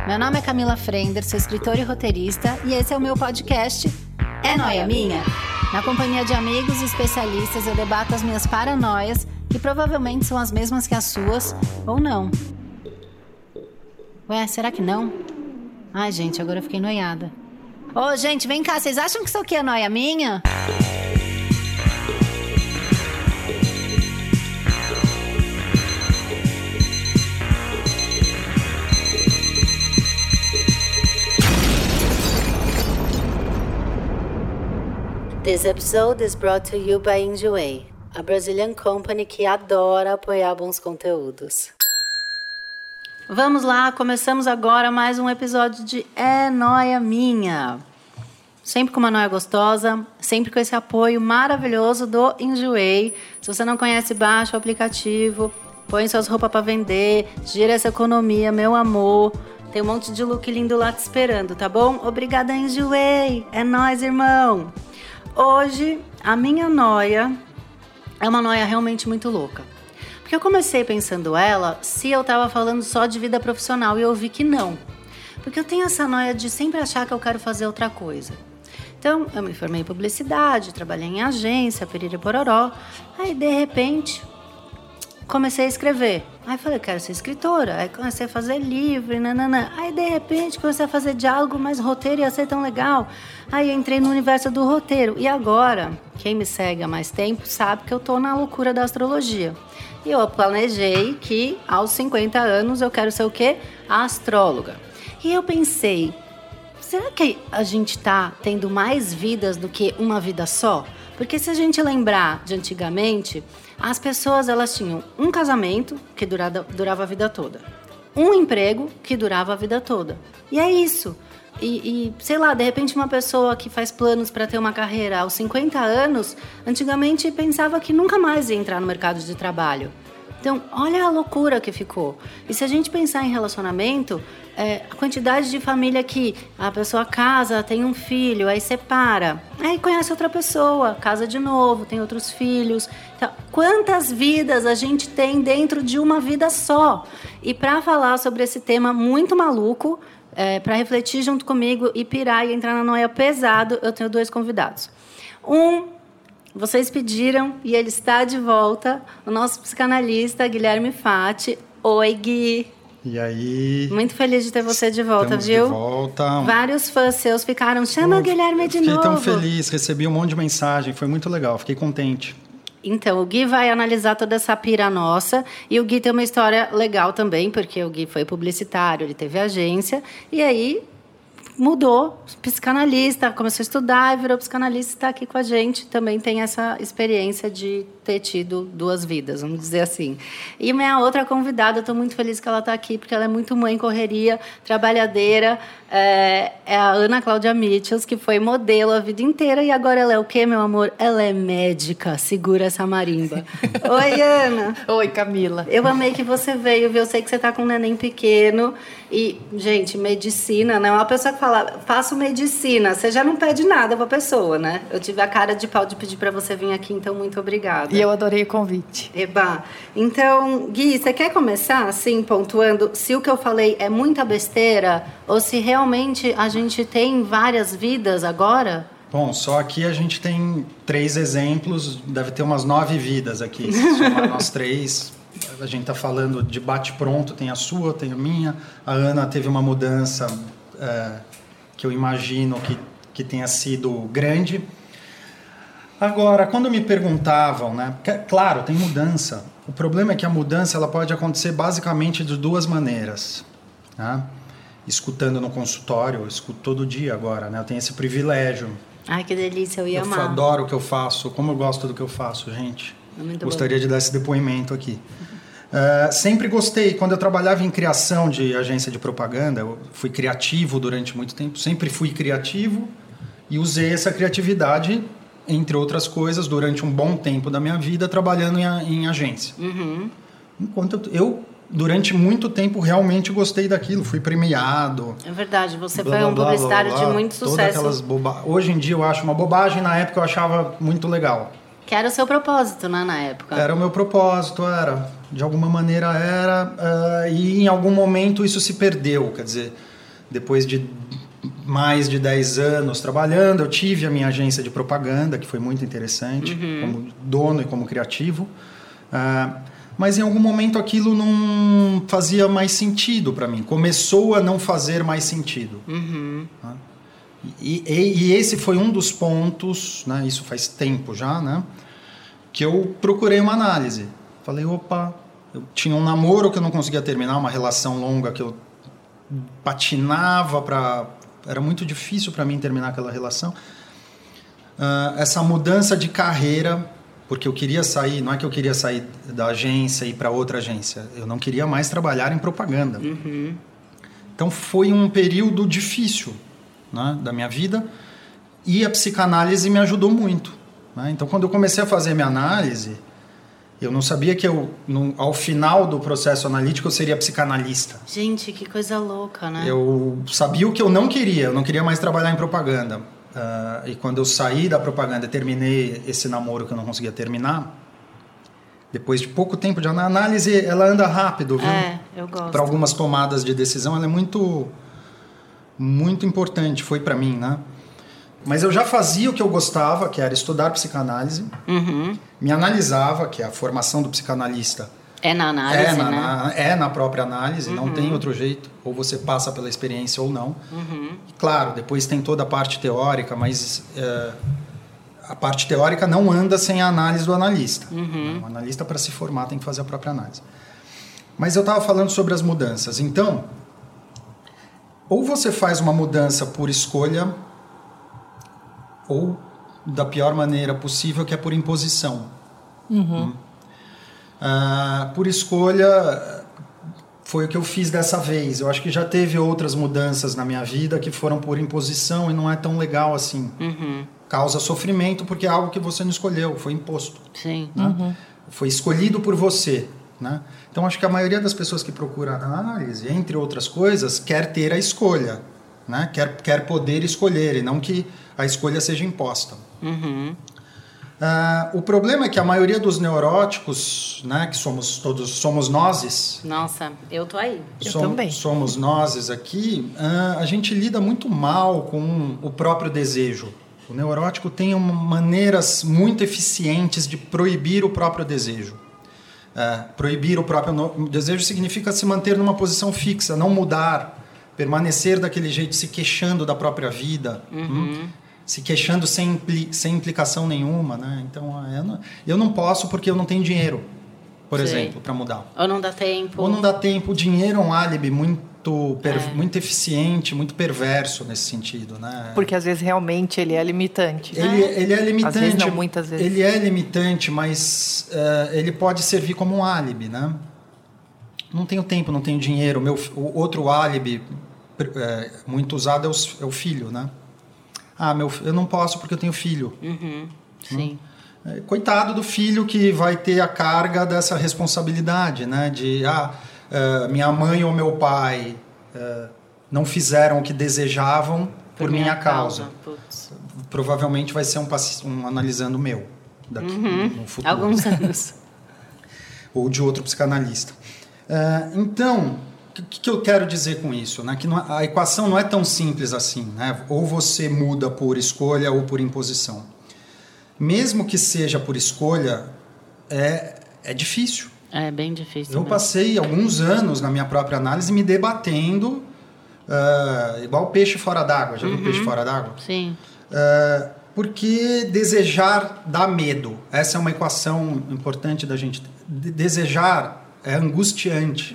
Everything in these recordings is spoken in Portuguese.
Meu nome é Camila Frender, sou escritora e roteirista e esse é o meu podcast É Nóia Minha? Na companhia de amigos e especialistas eu debato as minhas paranoias, que provavelmente são as mesmas que as suas, ou não. Ué, será que não? Ai, gente, agora eu fiquei noiada. Ô, gente, vem cá, vocês acham que isso aqui é noia minha? This episode is brought to you by Enjoei, a Brazilian company que adora apoiar bons conteúdos. Vamos lá, começamos agora mais um episódio de É Nóia Minha. Sempre com uma noia gostosa, sempre com esse apoio maravilhoso do Enjoei. Se você não conhece, baixa o aplicativo, põe suas roupas para vender, gira essa economia, meu amor. Tem um monte de look lindo lá te esperando, tá bom? Obrigada, Enjoei. É nóis, irmão. Hoje, a minha noia é uma noia realmente muito louca. Porque eu comecei pensando ela se eu tava falando só de vida profissional e eu vi que não. Porque eu tenho essa noia de sempre achar que eu quero fazer outra coisa. Então, eu me formei em publicidade, trabalhei em agência, piriri pororó. Aí, de repente, comecei a escrever. Aí falei, quero ser escritora. Aí comecei a fazer livro, nananã. Aí, de repente, comecei a fazer diálogo, mas roteiro ia ser tão legal. Aí entrei no universo do roteiro. E agora, quem me segue há mais tempo sabe que eu tô na loucura da astrologia. E eu planejei que aos 50 anos eu quero ser o quê? Astróloga. E eu pensei, será que a gente tá tendo mais vidas do que uma vida só? Porque se a gente lembrar de antigamente, as pessoas elas tinham um casamento que durava a vida toda. Um emprego que durava a vida toda. E é isso. E, sei lá, de repente uma pessoa que faz planos para ter uma carreira aos 50 anos, antigamente pensava que nunca mais ia entrar no mercado de trabalho. Então, olha a loucura que ficou. E se a gente pensar em relacionamento, a quantidade de família que a pessoa casa, tem um filho, aí separa, aí conhece outra pessoa, casa de novo, tem outros filhos. Então, quantas vidas a gente tem dentro de uma vida só? E para falar sobre esse tema muito maluco, para refletir junto comigo e pirar e entrar na noia pesado, eu tenho 2 convidados. Vocês pediram e ele está de volta, o nosso psicanalista Guilherme Fati. Oi, Gui. E aí? Muito feliz de ter você de volta, Estamos viu? De volta. Vários fãs seus ficaram, chama o Guilherme de novo. Fiquei tão feliz, recebi um monte de mensagem, foi muito legal, fiquei contente. Então, o Gui vai analisar toda essa pira nossa. E o Gui tem uma história legal também, porque o Gui foi publicitário, ele teve agência. E aí, mudou, psicanalista, começou a estudar e virou psicanalista e está aqui com a gente. Também tem essa experiência de ter tido 2 vidas, vamos dizer assim. E minha outra convidada, eu estou muito feliz que ela está aqui, porque ela é muito mãe, correria, trabalhadeira. É a Ana Cláudia Mitchells, que foi modelo a vida inteira. E agora ela é o quê, meu amor? Ela é médica, segura essa marimba. Oi, Ana. Oi, Camila. Eu amei que você veio, viu? Eu sei que você está com um neném pequeno. E, gente, medicina, né? Uma pessoa que fala, faço medicina, você já não pede nada pra pessoa, né? Eu tive a cara de pau de pedir pra você vir aqui, então muito obrigada. E eu adorei o convite. Eba. Então, Gui, você quer começar, assim, pontuando se o que eu falei é muita besteira ou se realmente a gente tem várias vidas agora? Bom, só aqui a gente tem 3 exemplos, deve ter umas 9 vidas aqui. Se somar nós 3, a gente tá falando de bate-pronto, tem a sua, tem a minha. A Ana teve uma mudança que eu imagino que tenha sido grande. Agora, quando me perguntavam, né? Claro, tem mudança. O problema é que a mudança ela pode acontecer basicamente de 2 maneiras. Né? Escutando no consultório, eu escuto todo dia agora, né? Eu tenho esse privilégio. Ai, que delícia, eu ia amar. Eu adoro o que eu faço, como eu gosto do que eu faço, gente. Muito Gostaria bom. de dar esse depoimento aqui. Sempre gostei, quando eu trabalhava em criação de agência de propaganda, eu fui criativo durante muito tempo, sempre fui criativo e usei essa criatividade, entre outras coisas, durante um bom tempo da minha vida, trabalhando em agência. Uhum. Enquanto eu, durante muito tempo, realmente gostei daquilo, fui premiado. É verdade, você foi um publicitário de muito sucesso. Hoje em dia eu acho uma bobagem, na época eu achava muito legal. Que era o seu propósito, né, na época? Era o meu propósito, era. De alguma maneira era. E em algum momento isso se perdeu, quer dizer... depois de mais de 10 anos trabalhando, eu tive a minha agência de propaganda, que foi muito interessante, como dono e como criativo. Mas em algum momento aquilo não fazia mais sentido para mim. Começou a não fazer mais sentido. E esse foi um dos pontos, né, isso faz tempo já, né, que eu procurei uma análise. Falei, opa, eu tinha um namoro que eu não conseguia terminar, uma relação longa que eu patinava era muito difícil para mim terminar aquela relação. Essa mudança de carreira, porque eu queria sair, não é que eu queria sair da agência e ir para outra agência, eu não queria mais trabalhar em propaganda. Então foi um período difícil, né, da minha vida, e a psicanálise me ajudou muito, né? Então quando eu comecei a fazer minha análise, eu não sabia que ao final do processo analítico eu seria psicanalista. Gente, que coisa louca, né? Eu sabia o que eu não queria mais trabalhar em propaganda. E quando eu saí da propaganda e terminei esse namoro que eu não conseguia terminar, depois de pouco tempo de análise, ela anda rápido, viu? Eu gosto. Para algumas tomadas de decisão, ela é muito, muito importante, foi para mim, né? Mas eu já fazia o que eu gostava, que era estudar psicanálise. Me analisava, que é a formação do psicanalista. É na análise, né? É na própria análise, não tem outro jeito. Ou você passa pela experiência ou não. E, claro, depois tem toda a parte teórica, mas a parte teórica não anda sem a análise do analista. O analista, para se formar, tem que fazer a própria análise. Mas eu estava falando sobre as mudanças. Então, ou você faz uma mudança por escolha, ou da pior maneira possível, que é por imposição. Por escolha, foi o que eu fiz dessa vez. Eu acho que já teve outras mudanças na minha vida que foram por imposição e não é tão legal assim. Causa sofrimento porque é algo que você não escolheu, foi imposto. Sim. Né? Foi escolhido por você. Né? Então, acho que a maioria das pessoas que procuram análise, entre outras coisas, quer ter a escolha. Né? Quer poder escolher e não que a escolha seja imposta. O problema é que a maioria dos neuróticos, né, que somos nozes. Nossa, eu tô aí. Eu também. Somos nozes aqui. A gente lida muito mal com o próprio desejo. O neurótico tem maneiras muito eficientes de proibir o próprio desejo. Proibir o próprio desejo significa se manter numa posição fixa, não mudar, permanecer daquele jeito, se queixando da própria vida. Se queixando sem implicação nenhuma, né? Então, eu não posso porque eu não tenho dinheiro, por exemplo, para mudar. Ou não dá tempo. O dinheiro é um álibi muito eficiente, muito perverso nesse sentido, né? Porque às vezes realmente ele é limitante. Ele é limitante. Às vezes não, muitas vezes. Ele é limitante, mas ele pode servir como um álibi, né? Não tenho tempo, não tenho dinheiro. O outro álibi muito usado é o filho, né? Eu não posso porque eu tenho filho. Sim. Coitado do filho que vai ter a carga dessa responsabilidade, né? De minha mãe ou meu pai não fizeram o que desejavam por minha causa. Provavelmente vai ser um analisando meu daqui no futuro. Alguns anos. Ou de outro psicanalista. Então, o que eu quero dizer com isso? Né? Que a equação não é tão simples assim. Né? Ou você muda por escolha ou por imposição. Mesmo que seja por escolha, é difícil. É bem difícil. Eu passei alguns anos na minha própria análise me debatendo, igual peixe fora d'água. Já viu peixe fora d'água? Sim. Porque desejar dá medo. Essa é uma equação importante da gente. Desejar é angustiante.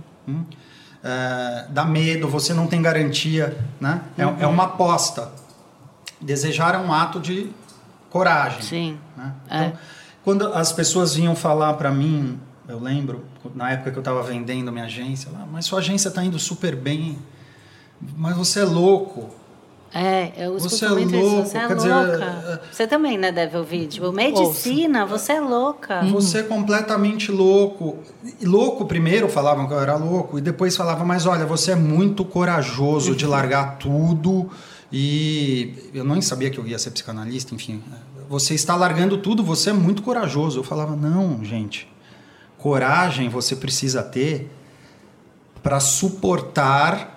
Dá medo, você não tem garantia, né? É uma aposta. Desejar é um ato de coragem. Sim. Né? Então, quando as pessoas vinham falar para mim, eu lembro, na época que eu estava vendendo minha agência, mas sua agência está indo super bem, mas você é louco. Eu escuto você muito louco, isso. Você é quer louca. Você também, né, deve ouvir. Tipo, medicina, você é louca. Você é completamente louco. Louco primeiro, falavam que eu era louco, e depois falavam, mas olha, você é muito corajoso de largar tudo, e eu nem sabia que eu ia ser psicanalista, enfim. Você está largando tudo, você é muito corajoso. Eu falava, não, gente, coragem você precisa ter para suportar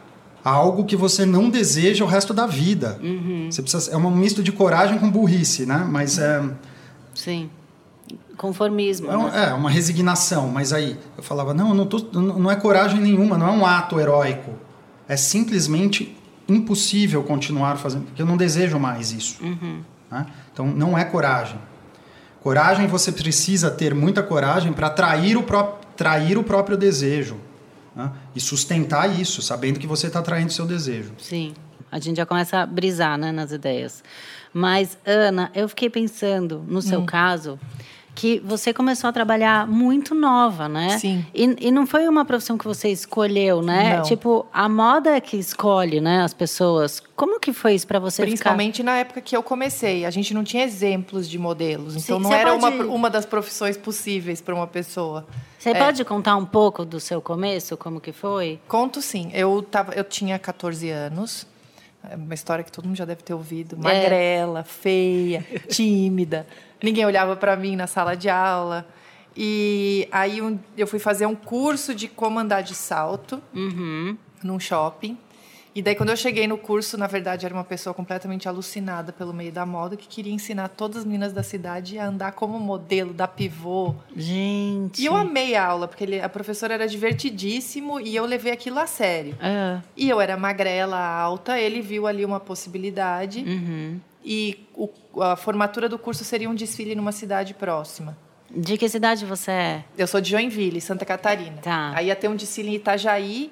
algo que você não deseja o resto da vida. Você precisa, é um misto de coragem com burrice, né? Mas Sim. Conformismo. É uma resignação. Mas aí eu falava, não é coragem nenhuma, não é um ato heróico. É simplesmente impossível continuar fazendo, porque eu não desejo mais isso. Né? Então, não é coragem. Coragem, você precisa ter muita coragem para trair o próprio desejo. Né? E sustentar isso, sabendo que você está traindo o seu desejo. Sim, a gente já começa a brisar, né, nas ideias. Mas, Ana, eu fiquei pensando, no seu caso, que você começou a trabalhar muito nova, né? Sim. E não foi uma profissão que você escolheu, né? Não. Tipo, a moda é que escolhe, né, as pessoas. Como que foi isso para você Principalmente na época que eu comecei. A gente não tinha exemplos de modelos. Então, Sim, não você era pode- uma das profissões possíveis para uma pessoa. Você pode contar um pouco do seu começo, como que foi? Conto sim. Eu tinha 14 anos. É uma história que todo mundo já deve ter ouvido. Magrela, feia, tímida. Ninguém olhava para mim na sala de aula. E aí eu fui fazer um curso de como andar de salto num shopping. E daí, quando eu cheguei no curso, na verdade, era uma pessoa completamente alucinada pelo meio da moda, que queria ensinar todas as meninas da cidade a andar como modelo, dar pivô. Gente. E eu amei a aula, porque a professora era divertidíssimo e eu levei aquilo a sério. E eu era magrela, alta, ele viu ali uma possibilidade. E a formatura do curso seria um desfile numa cidade próxima. De que cidade você é? Eu sou de Joinville, Santa Catarina. Tá. Aí ia ter um desfile em Itajaí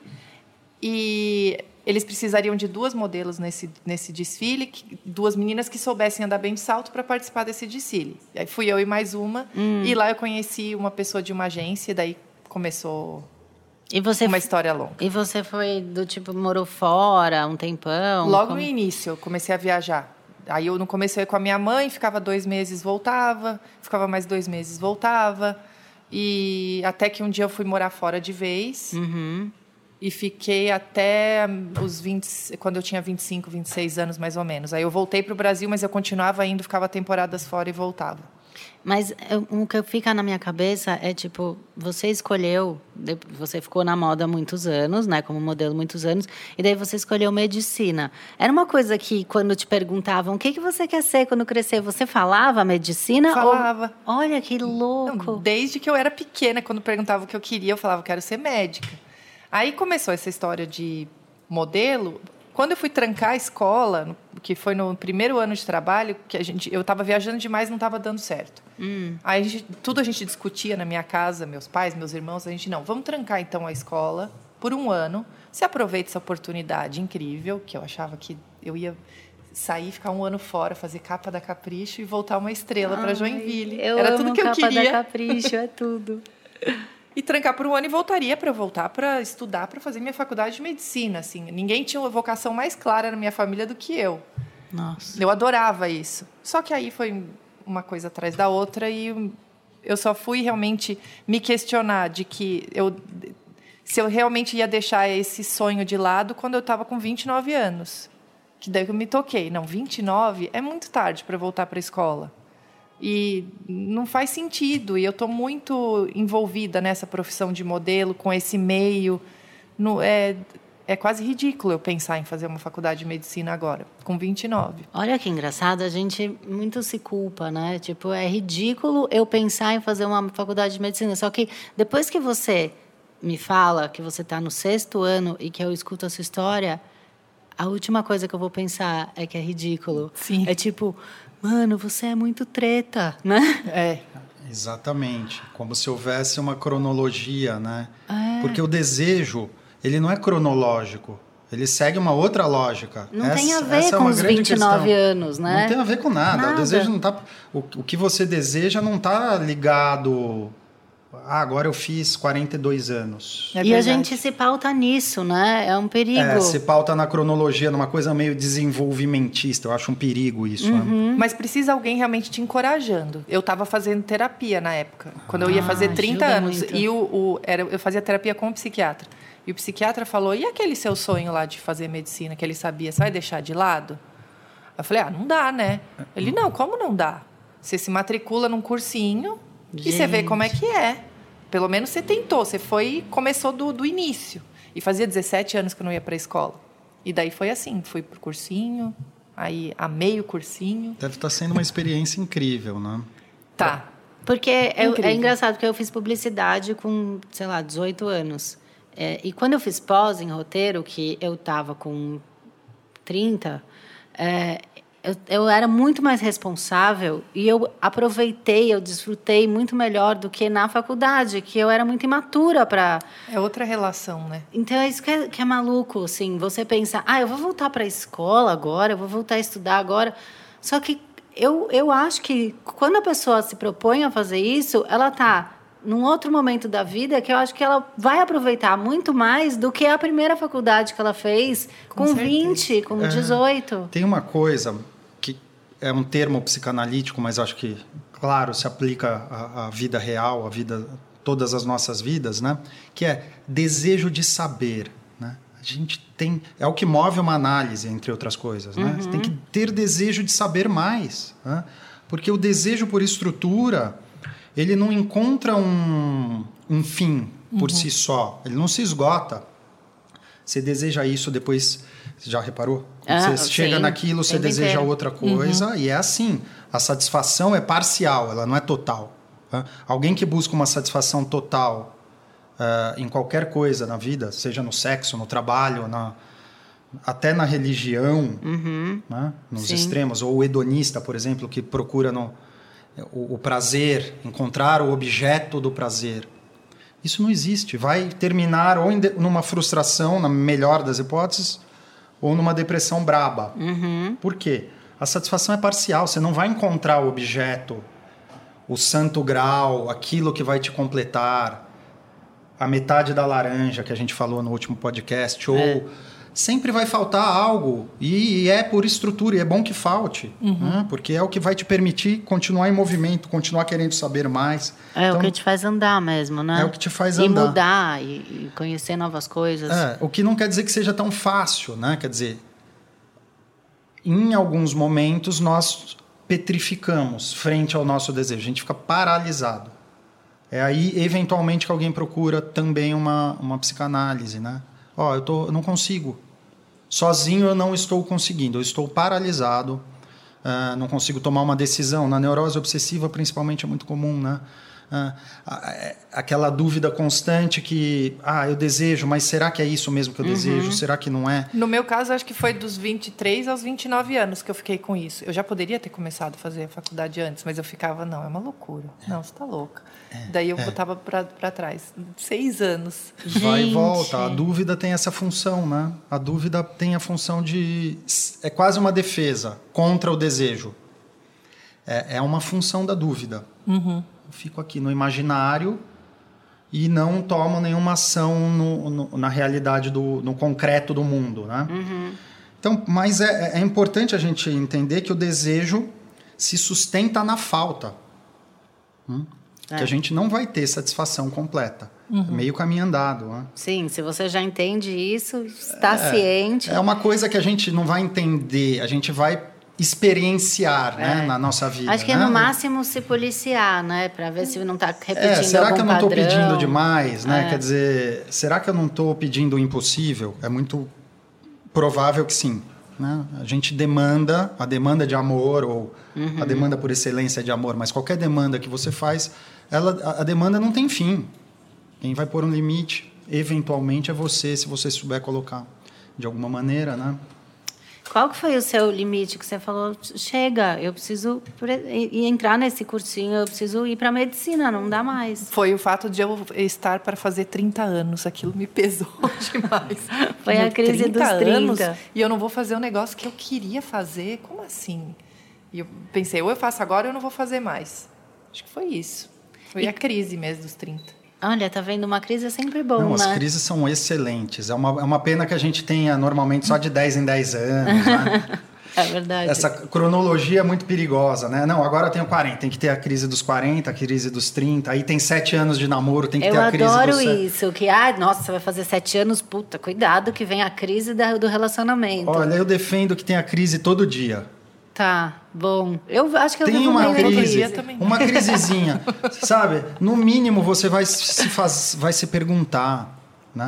e eles precisariam de 2 modelos nesse desfile, 2 meninas que soubessem andar bem de salto para participar desse desfile. Aí fui eu e mais uma, e lá eu conheci uma pessoa de uma agência, e daí começou uma história longa. E você foi do tipo, morou fora um tempão? Logo no início, eu comecei a viajar. Aí eu no começo eu ia com a minha mãe, ficava 2 meses, voltava, ficava mais 2 meses, voltava. E até que um dia eu fui morar fora de vez. E fiquei até quando eu tinha 25, 26 anos, mais ou menos. Aí eu voltei para o Brasil, mas eu continuava indo, ficava temporadas fora e voltava. Mas o que fica na minha cabeça é, tipo, você escolheu, você ficou na moda há muitos anos, né, como modelo muitos anos, e daí você escolheu medicina. Era uma coisa que, quando te perguntavam, o que você quer ser quando crescer, você falava medicina? Falava. Olha, que louco. Não, desde que eu era pequena, quando perguntavam o que eu queria, eu falava, quero ser médica. Aí começou essa história de modelo. Quando eu fui trancar a escola, que foi no primeiro ano de trabalho, que eu estava viajando demais, não estava dando certo. Aí tudo a gente discutia na minha casa, meus pais, meus irmãos, vamos trancar então a escola por 1 ano, se aproveita essa oportunidade incrível, que eu achava que eu ia sair, ficar 1 ano fora, fazer capa da Capricho e voltar uma estrela para Joinville. Era tudo que eu queria. Capa da Capricho, é tudo. E trancar por 1 ano e voltaria para voltar para estudar, para fazer minha faculdade de medicina. Assim. Ninguém tinha uma vocação mais clara na minha família do que eu. Nossa. Eu adorava isso. Só que aí foi uma coisa atrás da outra e eu só fui realmente me questionar de que se eu realmente ia deixar esse sonho de lado quando eu estava com 29 anos. Que daí eu me toquei. Não, 29 é muito tarde para voltar para a escola. E não faz sentido. E eu estou muito envolvida nessa profissão de modelo, com esse meio. É quase ridículo eu pensar em fazer uma faculdade de medicina agora, com 29. Olha que engraçado, a gente muito se culpa, né? Tipo, é ridículo eu pensar em fazer uma faculdade de medicina. Só que depois que você me fala que você está no 6º ano e que eu escuto a sua história, a última coisa que eu vou pensar é que é ridículo. Sim. É tipo, mano, você é muito treta, né? É. Exatamente. Como se houvesse uma cronologia, né? Porque o desejo, ele não é cronológico. Ele segue uma outra lógica. Não tem a ver com os 29 anos, né? Não tem a ver com nada. O desejo não tá... O que você deseja não está ligado... agora eu fiz 42 anos. E a gente se pauta nisso, né? É um perigo. Se pauta na cronologia, numa coisa meio desenvolvimentista. Eu acho um perigo isso. Né? Mas precisa alguém realmente te encorajando. Eu estava fazendo terapia na época, quando eu ia fazer 30 anos. Muito. E eu fazia terapia com um psiquiatra. E o psiquiatra falou, e aquele seu sonho lá de fazer medicina, que ele sabia, você vai deixar de lado? Eu falei, não dá, né? Ele, não, como não dá? Você se matricula num cursinho... Gente. E você vê como é que é. Pelo menos você tentou, você começou do início. E fazia 17 anos que eu não ia para a escola. E daí foi assim, fui pro cursinho, aí amei o cursinho. Deve estar sendo uma experiência incrível, né? Tá. Porque é engraçado, porque eu fiz publicidade com, sei lá, 18 anos. E quando eu fiz pós em roteiro, que eu estava com 30, eu era muito mais responsável e eu aproveitei, eu desfrutei muito melhor do que na faculdade, que eu era muito imatura para... É outra relação, né? Então, é isso que é maluco, assim. Você pensa, eu vou voltar para a escola agora, eu vou voltar a estudar agora. Só que eu acho que quando a pessoa se propõe a fazer isso, ela está num outro momento da vida que eu acho que ela vai aproveitar muito mais do que a primeira faculdade que ela fez com 20, com 18. Tem uma coisa que é um termo psicanalítico, mas acho que, claro, se aplica à vida real, à vida, todas as nossas vidas, né? Que é desejo de saber, né? A gente tem... É o que move uma análise, entre outras coisas, né? Você tem que ter desejo de saber mais, né? Porque o desejo por estrutura, ele não encontra um fim por si só. Ele não se esgota. Você deseja isso, depois... Você já reparou? Quando você chega naquilo, você deseja outra coisa. E é assim. A satisfação é parcial, ela não é total. Né? Alguém que busca uma satisfação total... em qualquer coisa na vida, seja no sexo, no trabalho, até na religião, né? Nos extremos, ou o hedonista, por exemplo, que procura o prazer, encontrar o objeto do prazer. Isso não existe. Vai terminar ou numa frustração, na melhor das hipóteses, ou numa depressão braba. Por quê? A satisfação é parcial. Você não vai encontrar o objeto, o santo grau, aquilo que vai te completar, a metade da laranja que a gente falou no último podcast, ou sempre vai faltar algo, e é por estrutura, e é bom que falte, né? Porque é o que vai te permitir continuar em movimento, continuar querendo saber mais. Então, o que te faz andar mesmo, né? É o que te faz andar. E mudar, e conhecer novas coisas. O que não quer dizer que seja tão fácil, né? Quer dizer, em alguns momentos nós petrificamos frente ao nosso desejo, a gente fica paralisado. É aí, eventualmente, que alguém procura também uma psicanálise, né? Eu não consigo. Sozinho eu não estou conseguindo. Eu estou paralisado. Não consigo tomar uma decisão. Na neurose obsessiva, principalmente, é muito comum, né? Aquela dúvida constante que... eu desejo, mas será que é isso mesmo que eu desejo? Será que não é? No meu caso, acho que foi dos 23 aos 29 anos que eu fiquei com isso. Eu já poderia ter começado a fazer a faculdade antes, mas eu ficava, não, é uma loucura. Não, você está louca. Daí eu botava para trás. 6 anos. Vai e volta. A dúvida tem essa função, né? A dúvida tem a função de... É quase uma defesa contra o desejo. É uma função da dúvida. Eu fico aqui no imaginário e não tomo nenhuma ação na realidade, no concreto do mundo, né? Então, mas é importante a gente entender que o desejo se sustenta na falta. Que a gente não vai ter satisfação completa. Meio caminho andado. Né? Sim, se você já entende isso, está ciente. É uma coisa que a gente não vai entender, a gente vai experienciar, né, na nossa vida. Acho que né? no máximo se policiar, né, para ver se não está repetindo será algum que eu não estou padrão? pedindo demais, né? Quer dizer, será que eu não estou pedindo o impossível? É muito provável que sim. Né? A gente demanda, a demanda de amor ou a demanda por excelência de amor, mas qualquer demanda que você faz, a demanda não tem fim. Quem vai pôr um limite, eventualmente, é você, se você souber colocar de alguma maneira, né? Qual que foi o seu limite que você falou, chega, eu preciso entrar nesse cursinho, eu preciso ir para a medicina, não dá mais? Foi o fato de eu estar para fazer 30 anos, aquilo me pesou demais. Foi a crise dos 30 anos, e eu não vou fazer um negócio que eu queria fazer, como assim? E eu pensei, ou eu faço agora ou eu não vou fazer mais. Acho que foi isso. Foi a crise mesmo dos 30. Olha, tá vendo? Uma crise é sempre bom, não, né? As crises são excelentes. É uma pena que a gente tenha normalmente só de 10 em 10 anos, né? É verdade. Essa cronologia é muito perigosa, né? Não, agora eu tenho 40, tem que ter a crise dos 40, a crise dos 30, aí tem 7 anos de namoro, tem que ter a crise dos... Eu adoro isso, que, nossa, você vai fazer 7 anos, puta, cuidado que vem a crise do relacionamento. Olha, eu defendo que tem a crise todo dia. Tá, bom. Eu acho que eu tem devo uma crise, também. Uma crisezinha, sabe? No mínimo você vai se perguntar, né?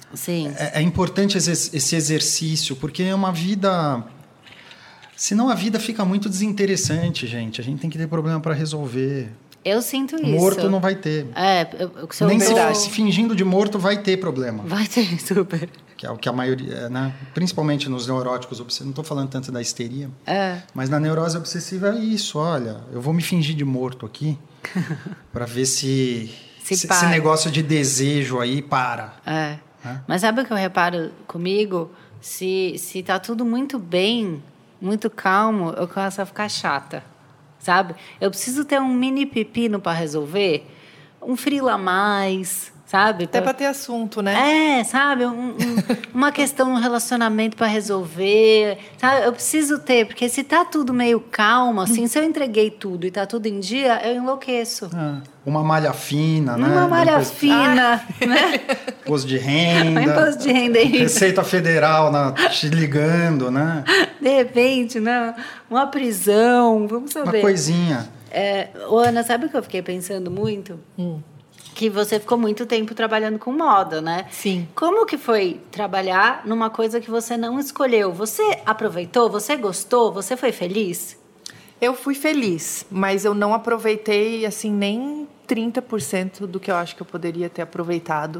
Sim. É importante esse exercício, porque é uma vida... Senão a vida fica muito desinteressante, gente. A gente tem que ter problema para resolver. Eu sinto isso. Morto não vai ter. Nem se fingindo de morto vai ter problema. Vai ter, super. Que é o que a maioria, né? Principalmente nos neuróticos obsessivos. Não estou falando tanto da histeria. Mas na neurose obsessiva é isso. Olha, eu vou me fingir de morto aqui para ver se esse negócio de desejo aí para. Mas sabe o que eu reparo comigo? Se tá tudo muito bem, muito calmo, eu começo a ficar chata, sabe? Eu preciso ter um mini pepino para resolver, um frila a mais, sabe? Até para ter assunto, né? Sabe? Uma questão, um relacionamento para resolver, sabe? Eu preciso ter, porque se tá tudo meio calmo, assim, se eu entreguei tudo e tá tudo em dia, eu enlouqueço. Uma malha fina, né? Uma malha fina, né? Imposto de renda. Imposto de renda aí. Receita Federal te ligando, né? De repente, né? Uma prisão, vamos saber. Uma coisinha. Ana, sabe o que eu fiquei pensando muito? Que você ficou muito tempo trabalhando com moda, né? Sim. Como que foi trabalhar numa coisa que você não escolheu? Você aproveitou? Você gostou? Você foi feliz? Eu fui feliz, mas eu não aproveitei, assim, nem 30% do que eu acho que eu poderia ter aproveitado.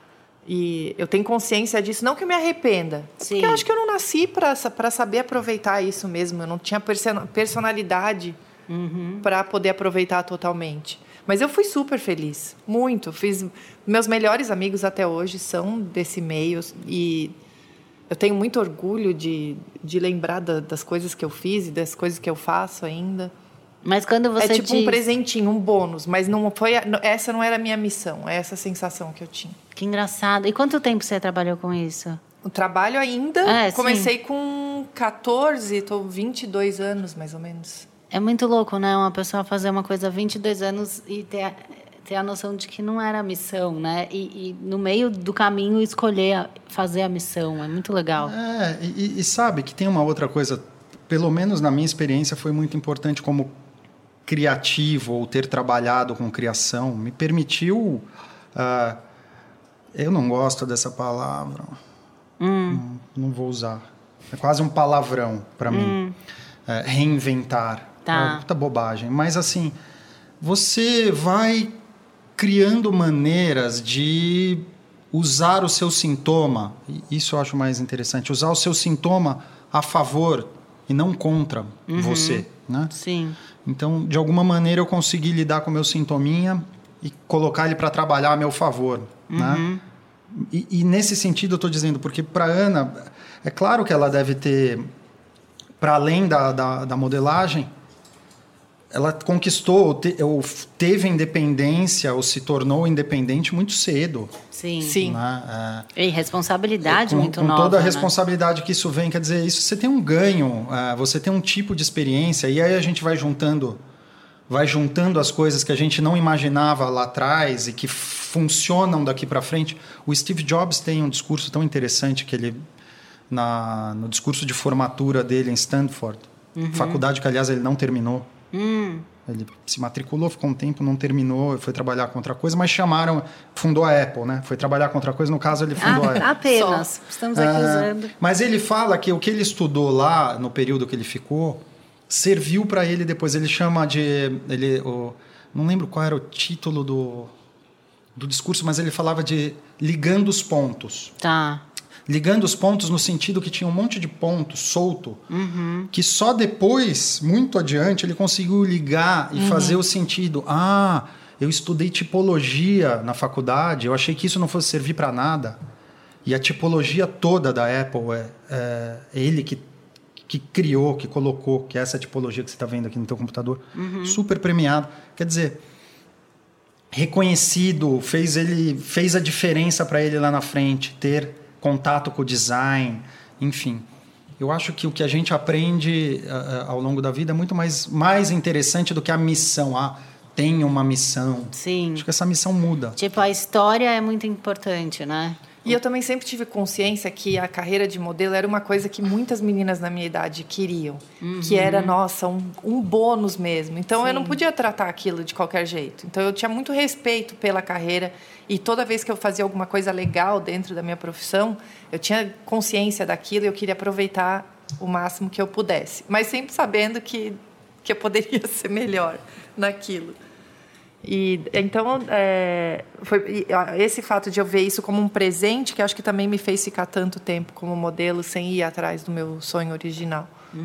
E eu tenho consciência disso, não que eu me arrependa. Sim. Porque eu acho que eu não nasci para saber aproveitar isso mesmo. Eu não tinha personalidade para poder aproveitar totalmente. Mas eu fui super feliz, muito. Meus melhores amigos até hoje são desse meio e eu tenho muito orgulho de lembrar das coisas que eu fiz e das coisas que eu faço ainda. Mas quando você tipo um presentinho, um bônus, mas não foi, essa não era a minha missão, é essa sensação que eu tinha. Que engraçado. E quanto tempo você trabalhou com isso? O trabalho ainda, comecei com 14, estou 22 anos mais ou menos. É muito louco, né? Uma pessoa fazer uma coisa há 22 anos e ter a noção de que não era a missão, né? E no meio do caminho escolher fazer a missão. É muito legal. E sabe que tem uma outra coisa, pelo menos na minha experiência, foi muito importante como criativo ou ter trabalhado com criação. Me permitiu... eu não gosto dessa palavra. Não vou usar. É quase um palavrão para mim. Reinventar. Tá. É puta bobagem. Mas, assim, você vai criando maneiras de usar o seu sintoma. Isso eu acho mais interessante. Usar o seu sintoma a favor e não contra você, né? Sim. Então, de alguma maneira, eu consegui lidar com o meu sintominha e colocar ele para trabalhar a meu favor, né? E nesse sentido, eu estou dizendo, porque para Ana, é claro que ela deve ter, para além da modelagem, ela conquistou, ou teve independência, ou se tornou independente muito cedo. Sim. Né? E responsabilidade muito nova. Com toda a né? responsabilidade que isso vem, quer dizer, isso você tem um ganho, você tem um tipo de experiência, e aí a gente vai juntando as coisas que a gente não imaginava lá atrás e que funcionam daqui para frente. O Steve Jobs tem um discurso tão interessante que ele, no discurso de formatura dele em Stanford, faculdade que, aliás, ele não terminou. Ele se matriculou, ficou um tempo, não terminou, foi trabalhar com outra coisa, mas fundou a Apple, né? Foi trabalhar com outra coisa, no caso ele fundou a Apple. Apenas, estamos aqui usando. Mas ele fala que o que ele estudou lá, no período que ele ficou, serviu para ele depois. Ele chama não lembro qual era o título do discurso, mas ele falava de ligando os pontos. Tá. Ligando os pontos no sentido que tinha um monte de ponto solto, que só depois, muito adiante, ele conseguiu ligar e fazer o sentido. Eu estudei tipologia na faculdade, eu achei que isso não fosse servir para nada. E a tipologia toda da Apple é ele que criou, que colocou, que é essa tipologia que você está vendo aqui no teu computador, super premiado. Quer dizer, reconhecido, fez a diferença para ele lá na frente, ter contato com o design, enfim. Eu acho que o que a gente aprende ao longo da vida é muito mais interessante do que a missão. Tem uma missão. Sim. Acho que essa missão muda. Tipo, a história é muito importante, né? E eu também sempre tive consciência que a carreira de modelo era uma coisa que muitas meninas na minha idade queriam. Que era, nossa, um bônus mesmo. Então, eu não podia tratar aquilo de qualquer jeito. Então, eu tinha muito respeito pela carreira. E toda vez que eu fazia alguma coisa legal dentro da minha profissão, eu tinha consciência daquilo e eu queria aproveitar o máximo que eu pudesse. Mas sempre sabendo que eu poderia ser melhor naquilo. E então foi esse fato de eu ver isso como um presente que acho que também me fez ficar tanto tempo como modelo sem ir atrás do meu sonho original.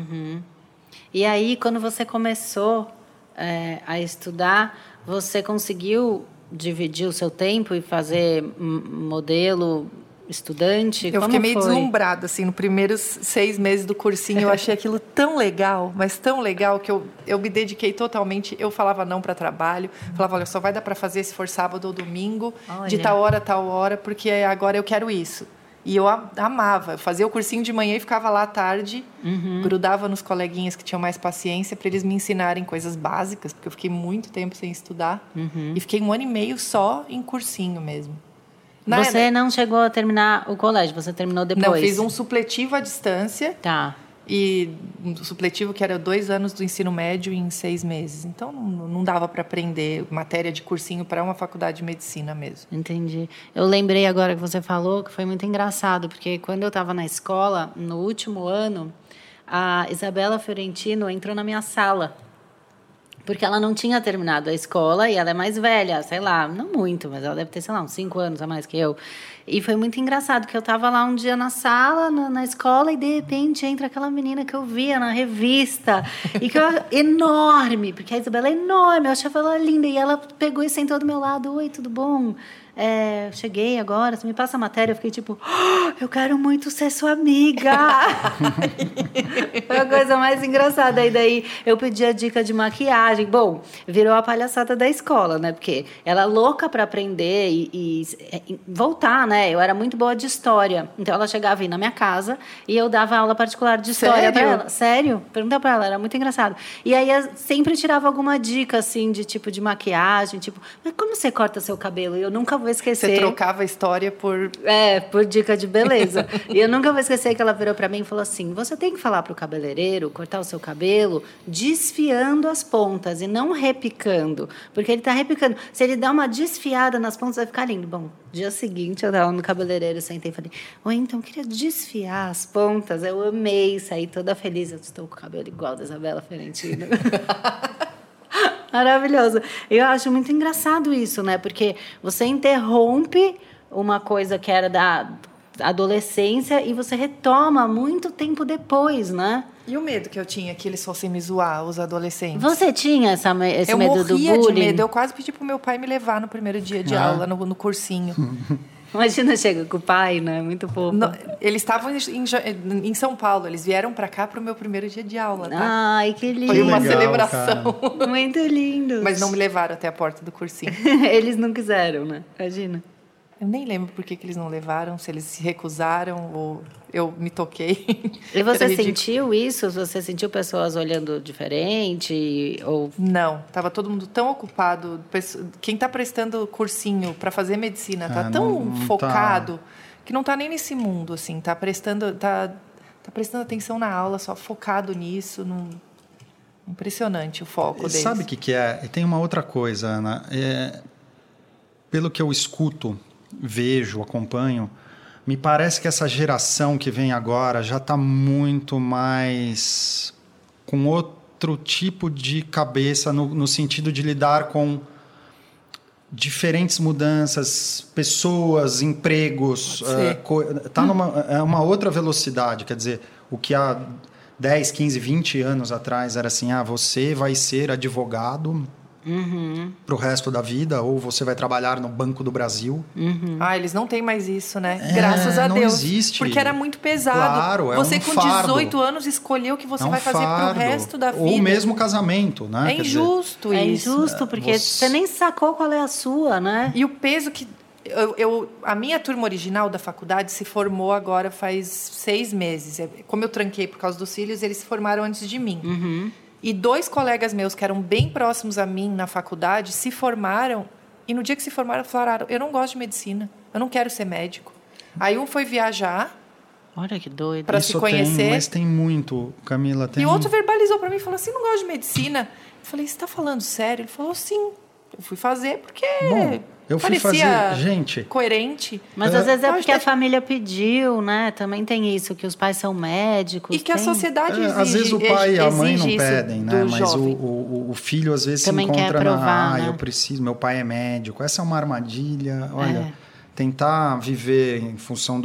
E aí, quando você começou a estudar, você conseguiu dividir o seu tempo e fazer modelo, estudante? Eu fiquei meio deslumbrada, assim, nos primeiros 6 meses do cursinho. Eu achei aquilo tão legal, mas tão legal, que eu me dediquei totalmente. Eu falava não para trabalho. Falava, olha, só vai dar para fazer se for sábado ou domingo, de tal hora, porque agora eu quero isso. E eu amava. Eu fazia o cursinho de manhã e ficava lá à tarde. Grudava nos coleguinhas que tinham mais paciência para eles me ensinarem coisas básicas, porque eu fiquei muito tempo sem estudar. E fiquei 1 ano e meio só em cursinho mesmo. Você não chegou a terminar o colégio, você terminou depois? Não, fiz um supletivo à distância. Tá. E um supletivo que era 2 anos do ensino médio em 6 meses. Então, não dava para aprender matéria de cursinho para uma faculdade de medicina mesmo. Entendi. Eu lembrei agora que você falou que foi muito engraçado, porque quando eu estava na escola, no último ano, a Isabela Fiorentino entrou na minha sala. Porque ela não tinha terminado a escola e ela é mais velha, sei lá, não muito, mas ela deve ter, sei lá, uns 5 anos a mais que eu. E foi muito engraçado, que eu estava lá um dia na sala, na escola, e de repente entra aquela menina que eu via na revista, e que eu, enorme, porque a Isabela é enorme, eu achava ela linda, e ela pegou e sentou do meu lado, oi, tudo bom? Cheguei agora, você me passa a matéria, eu fiquei tipo, eu quero muito ser sua amiga. Foi a coisa mais engraçada. E daí eu pedi a dica de maquiagem. Bom, virou a palhaçada da escola, né? Porque ela é louca para aprender e voltar, né? Eu era muito boa de história. Então ela chegava aí na minha casa e eu dava aula particular de história para ela. Sério? Pergunta para ela, era muito engraçado. E aí eu sempre tirava alguma dica, assim, de tipo de maquiagem, tipo, mas como você corta seu cabelo? E eu nunca vou esquecer. Você trocava a história por dica de beleza. E eu nunca vou esquecer que ela virou para mim e falou assim, você tem que falar pro cabeleireiro cortar o seu cabelo desfiando as pontas e não repicando, porque ele tá repicando. Se ele dá uma desfiada nas pontas, vai ficar lindo. Bom, dia seguinte eu tava no cabeleireiro, sentei e falei, então eu queria desfiar as pontas. Eu amei, saí toda feliz. Eu estou com o cabelo igual da Isabela Fiorentino. Maravilhoso. Eu acho muito engraçado isso, né? Porque você interrompe uma coisa que era da adolescência e você retoma muito tempo depois, né? E o medo que eu tinha que eles fossem me zoar, os adolescentes? Você tinha esse medo do bullying? Eu morria de medo. Eu quase pedi pro meu pai me levar no primeiro dia de aula, no cursinho. Imagina, chega com o pai, né? Muito pouco. Eles estavam em São Paulo. Eles vieram para cá pro meu primeiro dia de aula, tá? Ai, que lindo. Foi uma celebração. Cara. Muito lindo. Mas não me levaram até a porta do cursinho. Eles não quiseram, né? Imagina. Eu nem lembro por que eles não levaram, se eles se recusaram ou eu me toquei. E você sentiu isso? Você sentiu pessoas olhando diferente? Ou... Não, estava todo mundo tão ocupado. Quem está prestando cursinho para fazer medicina está tão focado que não está nem nesse mundo, assim. Tá prestando atenção na aula, só focado nisso. Impressionante o foco deles. Sabe o que é? E tem uma outra coisa, Ana. Pelo que eu escuto, vejo, acompanho, me parece que essa geração que vem agora já está muito mais com outro tipo de cabeça no sentido de lidar com diferentes mudanças, pessoas, empregos. Está uma outra velocidade. Quer dizer, o que há 10, 15, 20 anos atrás era assim, você vai ser advogado para o resto da vida, ou você vai trabalhar no Banco do Brasil. Eles não têm mais isso, né? Graças a Deus. Não existe. Porque era muito pesado. Claro, você com 18 anos escolheu o que você vai fazer para o resto da vida. Ou mesmo casamento, né? É injusto isso. É injusto, porque você nem sacou qual é a sua, né? E o peso que... a minha turma original da faculdade se formou agora faz 6 meses. Como eu tranquei por causa dos filhos, eles se formaram antes de mim. E 2 colegas meus que eram bem próximos a mim na faculdade se formaram. E no dia que se formaram, falaram, eu não gosto de medicina. Eu não quero ser médico. Aí um foi viajar Olha que doido. para se conhecer. Mas tem muito, Camila. E o outro verbalizou para mim e falou assim, não gosto de medicina. Eu falei, você tá falando sério? Ele falou, sim. Eu fui fazer porque Bom, eu fui parecia fazer, gente, coerente. Mas às vezes é Eu porque acho a família pediu, né? Também tem isso, que os pais são médicos. E que a sociedade exige. às vezes o pai e a mãe não exige isso pedem, né? do Mas jovem. o filho às vezes Também se encontra quer provar, né? eu preciso, meu pai é médico. Essa é uma armadilha. Olha, tentar viver em função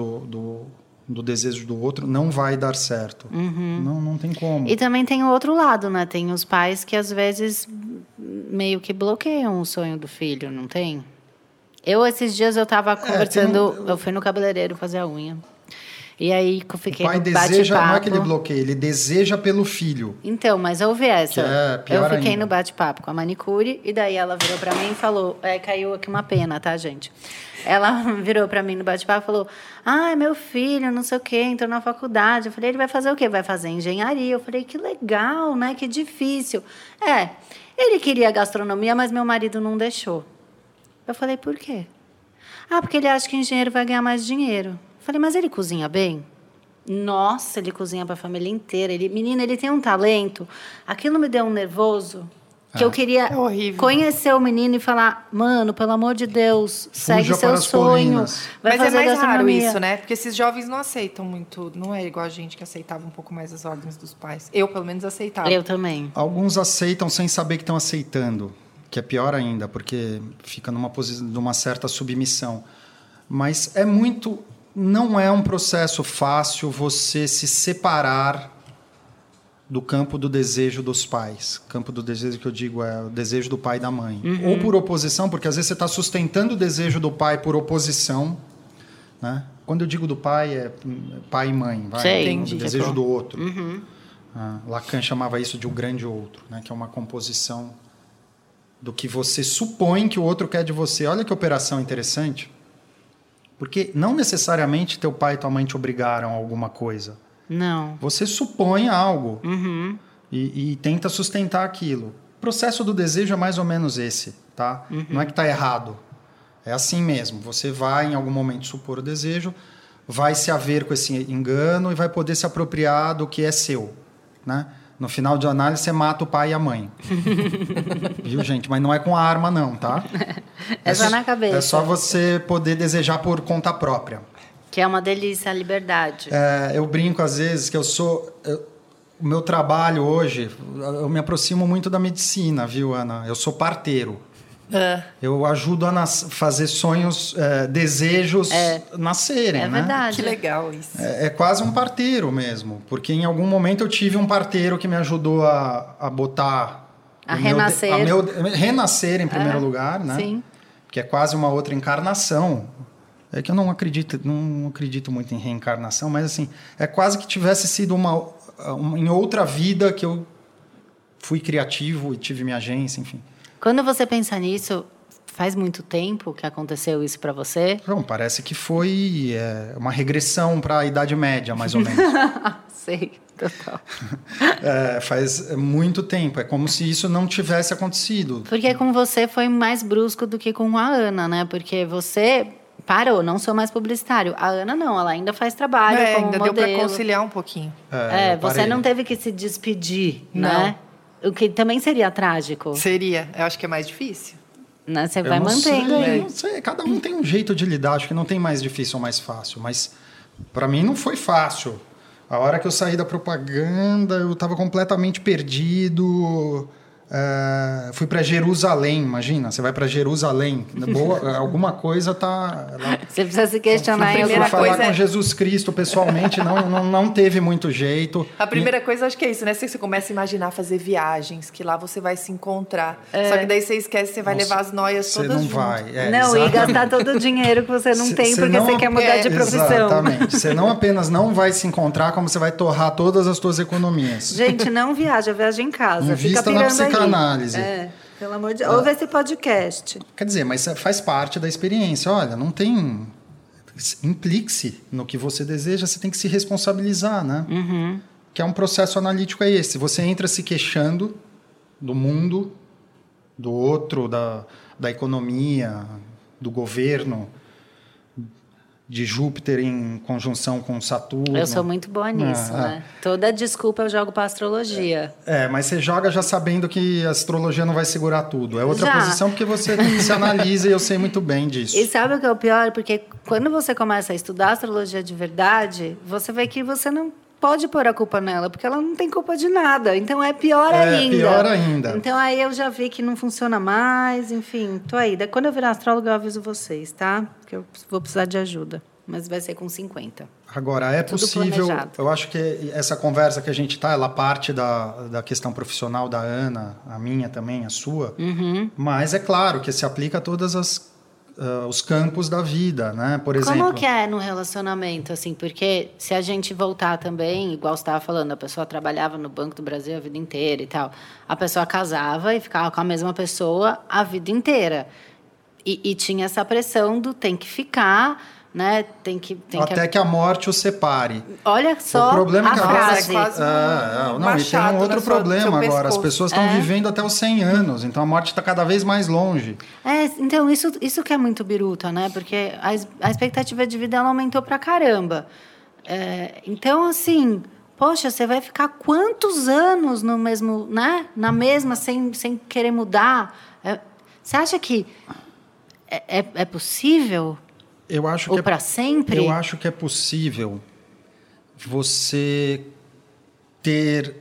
do desejo do outro não vai dar certo. Não tem como. E também tem o outro lado, né? Tem os pais que às vezes meio que bloqueiam o sonho do filho, não tem? Esses dias eu tava conversando, eu fui no cabeleireiro fazer a unha. E aí eu fiquei O pai no deseja, não é que ele bate-papo. bloqueia, ele deseja pelo filho. Então, mas ouve essa. Que é pior eu fiquei ainda. no bate-papo com a manicure e daí ela virou pra mim e falou, caiu aqui uma pena, tá, gente? Ela virou pra mim no bate-papo e falou, meu filho, não sei o quê, entrou na faculdade. Eu falei, ele vai fazer o quê? Vai fazer engenharia. Eu falei, que legal, né? Que difícil. Ele queria gastronomia, mas meu marido não deixou. Eu falei, por quê? Porque ele acha que engenheiro vai ganhar mais dinheiro. Eu falei, mas ele cozinha bem? Nossa, ele cozinha para a família inteira. Menina, ele tem um talento. Aquilo me deu um nervoso que eu queria conhecer o menino e falar, mano, pelo amor de Deus, segue seu sonho. Vai Mas fazer é mais raro gastronomia. isso, né? Porque esses jovens não aceitam muito. Não é igual a gente que aceitava um pouco mais as ordens dos pais. Eu, pelo menos, aceitava. Eu também. Alguns aceitam sem saber que estão aceitando, que é pior ainda, porque fica numa certa submissão. Mas não é um processo fácil você se separar do campo do desejo dos pais. Campo do desejo que eu digo é o desejo do pai e da mãe. Ou por oposição, porque às vezes você está sustentando o desejo do pai por oposição, né? Quando eu digo do pai, é pai e mãe. Entendi. O desejo do outro. Lacan chamava isso de o grande outro, né? Que é uma composição do que você supõe que o outro quer de você. Olha que operação interessante. Porque não necessariamente teu pai e tua mãe te obrigaram a alguma coisa. Não. Você supõe algo e tenta sustentar aquilo. O processo do desejo é mais ou menos esse, tá? Não é que está errado. É assim mesmo. Você vai, em algum momento, supor o desejo, vai se haver com esse engano e vai poder se apropriar do que é seu, né? No final de análise, você mata o pai e a mãe. Viu, gente? Mas não é com a arma, não, tá? É só na cabeça. É só você poder desejar por conta própria. Que é uma delícia, a liberdade. Eu brinco, às vezes, que o meu trabalho hoje, eu me aproximo muito da medicina, viu, Ana? Eu sou parteiro. Eu ajudo a fazer sonhos, desejos nascerem, né? É verdade. Que legal isso. É quase um parteiro mesmo, porque em algum momento eu tive um parteiro que me ajudou a botar... renascer. Renascer em primeiro lugar, né? Sim. Que é quase uma outra encarnação. É que eu não acredito muito em reencarnação, mas assim, é quase que tivesse sido em outra vida que eu fui criativo e tive minha agência, enfim. Quando você pensa nisso, faz muito tempo que aconteceu isso para você? Bom, parece que foi uma regressão para a Idade Média, mais ou menos. Sei, total. Faz muito tempo. É como se isso não tivesse acontecido. Porque com você foi mais brusco do que com a Ana, né? Porque você parou, não sou mais publicitário. A Ana não, ela ainda faz trabalho como ainda modelo. deu para conciliar um pouquinho. Você não teve que se despedir, né? O que também seria trágico. Seria. Eu acho que é mais difícil. Né? Você vai mantendo aí. Não sei, cada um tem um jeito de lidar. Acho que não tem mais difícil ou mais fácil. Mas para mim não foi fácil. A hora que eu saí da propaganda, eu estava completamente perdido. Fui para Jerusalém, imagina. Você vai para Jerusalém. Alguma coisa tá... Você precisa se questionar em alguma falar coisa. com Jesus Cristo pessoalmente não teve muito jeito. A primeira coisa, acho que é isso, né? Você começa a imaginar fazer viagens, que lá você vai se encontrar. Só que daí você esquece, você vai levar as noias todas junto. Você não vai. E gastar todo o dinheiro que você não tem porque você quer mudar de profissão. Exatamente. Você não apenas não vai se encontrar, como você vai torrar todas as suas economias. Gente, não viaja em casa. Invista Fica na pirando psicanálise. Pelo amor de Deus. Ouve esse podcast. Quer dizer, mas faz parte da experiência. Olha, não tem... Implique-se no que você deseja, você tem que se responsabilizar, né? Que é um processo analítico esse. Você entra se queixando do mundo, do outro, da economia, do governo, de Júpiter em conjunção com Saturno. Eu sou muito boa nisso, né? Toda desculpa eu jogo para astrologia. Mas você joga já sabendo que a astrologia não vai segurar tudo. É outra posição porque você se analisa e eu sei muito bem disso. E sabe o que é o pior? Porque quando você começa a estudar astrologia de verdade, você vê que você não pode pôr a culpa nela, porque ela não tem culpa de nada. Então é pior ainda. Pior ainda. Então aí eu já vi que não funciona mais, enfim, tô aí. Quando eu virar astróloga, eu aviso vocês, tá? Porque eu vou precisar de ajuda. Mas vai ser com 50. Agora, é tudo possível... planejado. Eu acho que essa conversa que a gente ela parte da questão profissional da Ana, a minha também, a sua. Mas é claro que se aplica a todas os campos da vida, né? Por exemplo... Como que é no relacionamento, assim? Porque se a gente voltar também, igual você estava falando, a pessoa trabalhava no Banco do Brasil a vida inteira e tal. A pessoa casava e ficava com a mesma pessoa a vida inteira. E tinha essa pressão do tem que ficar, né? Até que a morte o separe. Olha só o problema a é que frase. Não, e tem um outro problema agora. As pessoas estão vivendo até os 100 anos, então a morte está cada vez mais longe. Então isso que é muito biruta, né? Porque a expectativa de vida ela aumentou pra caramba. Então, assim, poxa, você vai ficar quantos anos no mesmo, né? Na mesma, sem querer mudar? Você acha que é possível? Eu acho Ou para sempre? Eu acho que é possível você ter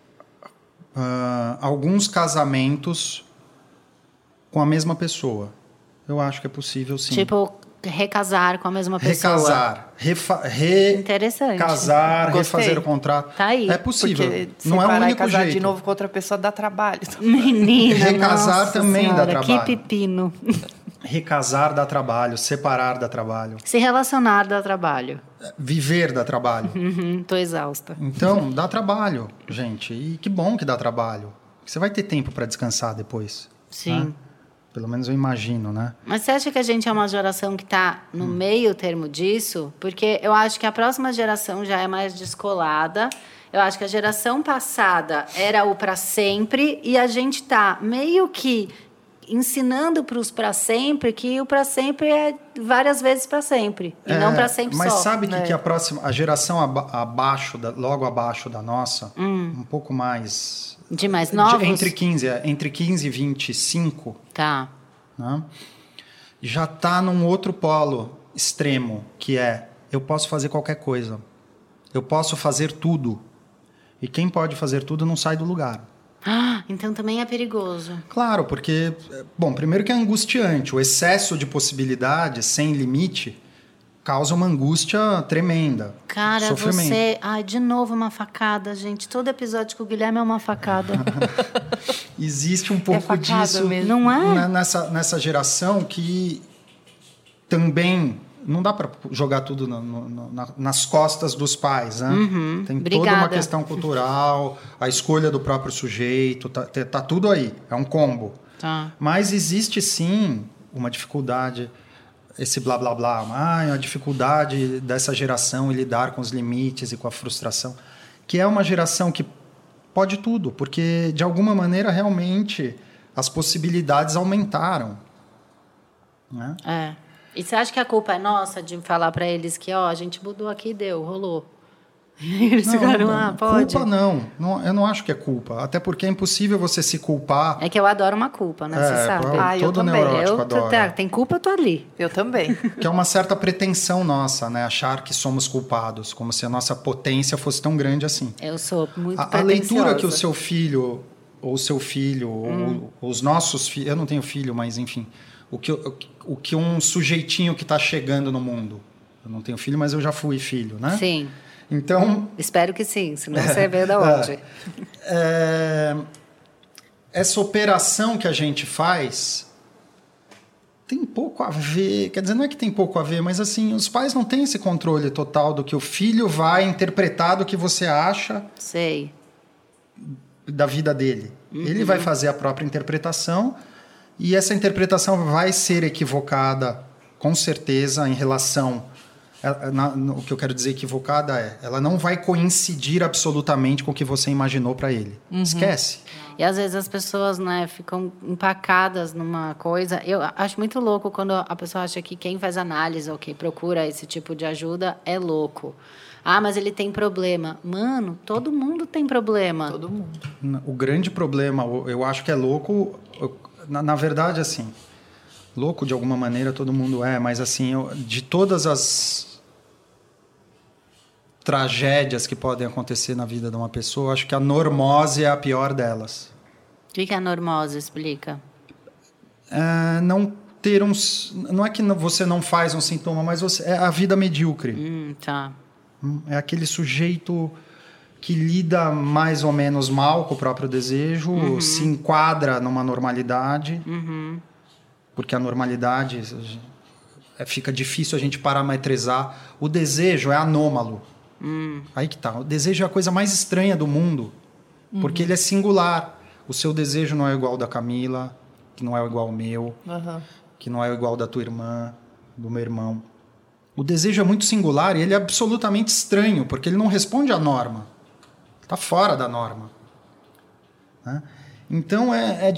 alguns casamentos com a mesma pessoa. Eu acho que é possível, sim. Tipo, recasar com a mesma pessoa. Recasar. Interessante. Casar, Gostei. refazer o contrato. Tá aí. É possível. Porque não é o único casar jeito. de novo com outra pessoa dá trabalho. Menina, Recasar nossa também dá senhora, trabalho. Que pepino. Recasar dá trabalho, separar dá trabalho. Se relacionar dá trabalho. Viver dá trabalho. Tô exausta. Então, dá trabalho, gente. E que bom que dá trabalho. Você vai ter tempo para descansar depois. Sim. Né? Pelo menos eu imagino, né? Mas você acha que a gente é uma geração que está no meio termo disso? Porque eu acho que a próxima geração já é mais descolada. Eu acho que a geração passada era o para sempre e a gente está meio que ensinando para os para sempre que o para sempre é várias vezes para sempre e não para sempre mas só. Mas sabe que a geração logo abaixo da nossa, um pouco mais... De mais novos? Entre 15 e 25. Tá. Né? Já está num outro polo extremo, que é eu posso fazer qualquer coisa. Eu posso fazer tudo. E quem pode fazer tudo não sai do lugar. Então também é perigoso. Claro, porque... Bom, primeiro que é angustiante. O excesso de possibilidades sem limite causa uma angústia tremenda. Cara, sofrimento. você... Ai, de novo uma facada, gente. Todo episódio com o Guilherme é uma facada. Existe um pouco disso mesmo. Não é? Nessa geração que também... Não dá para jogar tudo nas costas dos pais, né? Tem Obrigada. Toda uma questão cultural, a escolha do próprio sujeito, tá tudo aí, é um combo. Tá. Mas existe sim uma dificuldade, esse blá blá blá, a dificuldade dessa geração em lidar com os limites e com a frustração, que é uma geração que pode tudo, porque de alguma maneira realmente as possibilidades aumentaram, né? E você acha que a culpa é nossa de falar para eles que, a gente mudou aqui e deu, rolou? Eles ficaram, pode? Culpa não, eu não acho que é culpa. Até porque é impossível você se culpar. É que eu adoro uma culpa, né? Você sabe. Todo neurótico adora. Tem culpa, eu tô ali. Eu também. Que é uma certa pretensão nossa, né? Achar que somos culpados, como se a nossa potência fosse tão grande assim. Eu sou muito A leitura que o seu filho, ou os nossos filhos... Eu não tenho filho, mas enfim... O que um sujeitinho que está chegando no mundo. Eu não tenho filho, mas eu já fui filho, né? Sim. Então... Espero que sim, senão você veio da onde? Essa operação que a gente faz tem pouco a ver... Quer dizer, não é que tem pouco a ver, mas assim, os pais não têm esse controle total do que o filho vai interpretar do que você acha... Sei. Da vida dele. Ele vai fazer a própria interpretação... E essa interpretação vai ser equivocada, com certeza, em relação... O que eu quero dizer equivocada ela não vai coincidir absolutamente com o que você imaginou para ele. Esquece. E às vezes as pessoas, né, ficam empacadas numa coisa. Eu acho muito louco quando a pessoa acha que quem faz análise ou quem procura esse tipo de ajuda é louco. Ah, mas ele tem problema. Mano, todo mundo tem problema. Todo mundo. O grande problema, eu acho que é louco, na verdade, assim, louco de alguma maneira todo mundo é, mas assim, de todas as tragédias que podem acontecer na vida de uma pessoa, eu acho que a normose é a pior delas. O que é a normose? Explica. Não ter não é que você não faz um sintoma, mas é a vida medíocre. Tá. É aquele sujeito que lida mais ou menos mal com o próprio desejo, se enquadra numa normalidade, porque a normalidade fica difícil a gente parametrizar. O desejo é anômalo. Aí que tá. O desejo é a coisa mais estranha do mundo, porque ele é singular. O seu desejo não é igual ao da Camila, que não é igual ao meu, que não é igual ao da tua irmã, do meu irmão. O desejo é muito singular e ele é absolutamente estranho, porque ele não responde à norma. Está fora da norma. Né? Então, é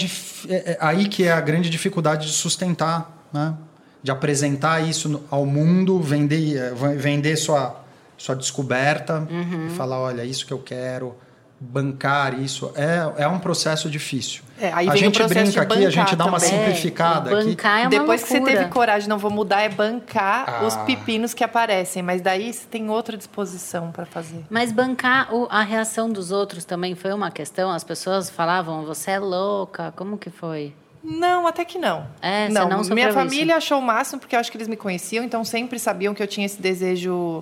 aí que é a grande dificuldade de sustentar, né? De apresentar isso ao mundo, vender sua descoberta e falar, olha, isso que eu quero, bancar isso. É um processo difícil. Aí a vem gente o processo brinca de aqui, a gente dá bancar uma também. simplificada aqui. Bancar é uma Depois loucura. que você teve coragem, não vou mudar, é bancar os pepinos que aparecem. Mas daí você tem outra disposição para fazer. Mas bancar a reação dos outros também foi uma questão? As pessoas falavam, você é louca, como que foi? Não, até que não. Você não não sofreu minha isso? família achou o máximo, porque eu acho que eles me conheciam, então sempre sabiam que eu tinha esse desejo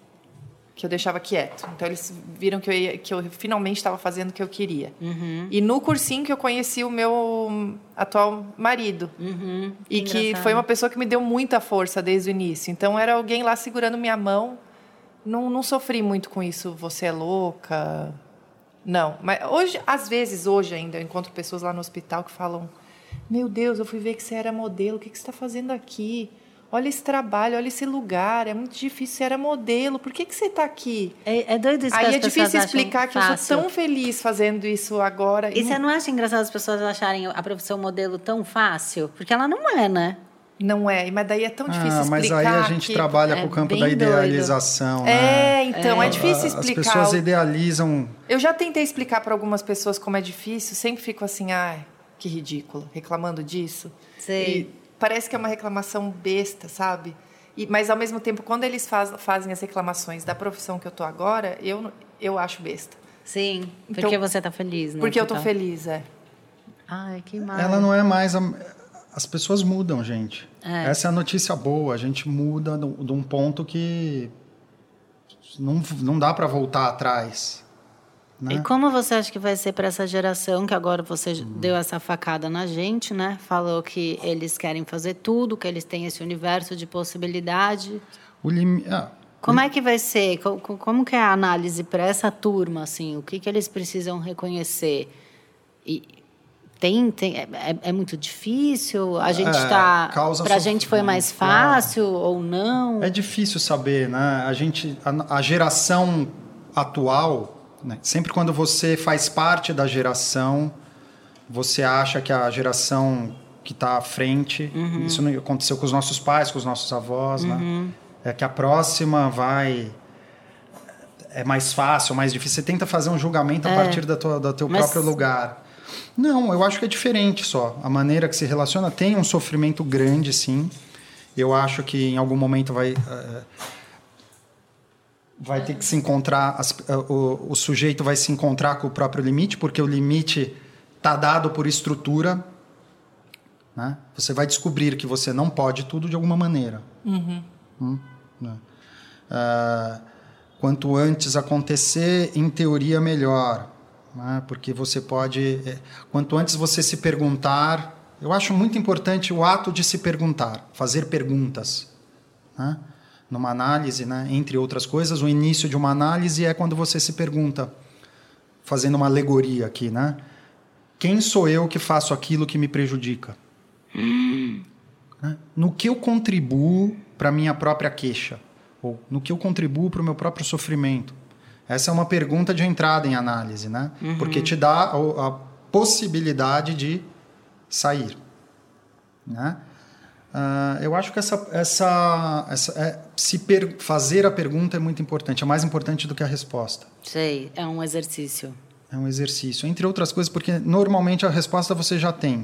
que eu deixava quieto. Então eles viram que eu finalmente estava fazendo o que eu queria. E no cursinho que eu conheci o meu atual marido. E que foi uma pessoa que me deu muita força desde o início. Então era alguém lá segurando minha mão. Não sofri muito com isso. Você é louca. Não. Mas hoje ainda, eu encontro pessoas lá no hospital que falam: meu Deus, eu fui ver que você era modelo. O que você está fazendo aqui? Olha esse trabalho, olha esse lugar, é muito difícil, você era modelo, por que você está aqui? É doido isso que Aí as é pessoas difícil acham explicar que fácil. eu sou tão feliz fazendo isso agora. E você não acha engraçado as pessoas acharem a profissão modelo tão fácil? Porque ela não é, né? Não é, mas daí é tão difícil explicar. Mas aí a gente trabalha com o campo da idealização, né? Então, é difícil explicar. As pessoas idealizam... Eu já tentei explicar para algumas pessoas como é difícil, sempre fico assim, ai, que ridículo, reclamando disso. Sei. E parece que é uma reclamação besta, sabe? Mas, ao mesmo tempo, quando eles fazem as reclamações da profissão que eu tô agora, eu acho besta. Sim, porque Então, você tá feliz, né? Porque eu tô feliz, Ai, que maravilha. Ela não é mais... As pessoas mudam, gente. Essa é a notícia boa. A gente muda de um ponto que não dá para voltar atrás. Né? E como você acha que vai ser para essa geração, que agora você deu essa facada na gente, né? Falou que eles querem fazer tudo, que eles têm esse universo de possibilidade. Como é que vai ser? Como que é a análise para essa turma, assim? O que eles precisam reconhecer? E é muito difícil? A gente está... Para a gente foi mais fácil ou não? É difícil saber, né? A geração atual... Sempre quando você faz parte da geração, você acha que a geração que está à frente... Isso não aconteceu com os nossos pais, com os nossos avós, né? É que a próxima é mais fácil, mais difícil. Você tenta fazer um julgamento a partir do teu próprio lugar. Não, eu acho que é diferente só. A maneira que se relaciona tem um sofrimento grande, sim. Eu acho que em algum momento vai ter que se encontrar, o sujeito vai se encontrar com o próprio limite, porque o limite está dado por estrutura. Né? Você vai descobrir que você não pode tudo de alguma maneira. Quanto antes acontecer, em teoria, melhor. Né? Porque você pode... Quanto antes você se perguntar... Eu acho muito importante o ato de se perguntar, fazer perguntas. Né? Numa análise, né? Entre outras coisas, o início de uma análise é quando você se pergunta, fazendo uma alegoria aqui, né? Quem sou eu que faço aquilo que me prejudica? Né? No que eu contribuo para a minha própria queixa? Ou no que eu contribuo para o meu próprio sofrimento? Essa é uma pergunta de entrada em análise, né? Porque te dá possibilidade de sair, né? Eu acho que fazer a pergunta é muito importante, é mais importante do que a resposta. Sei, é um exercício. É um exercício, entre outras coisas, porque normalmente a resposta você já tem.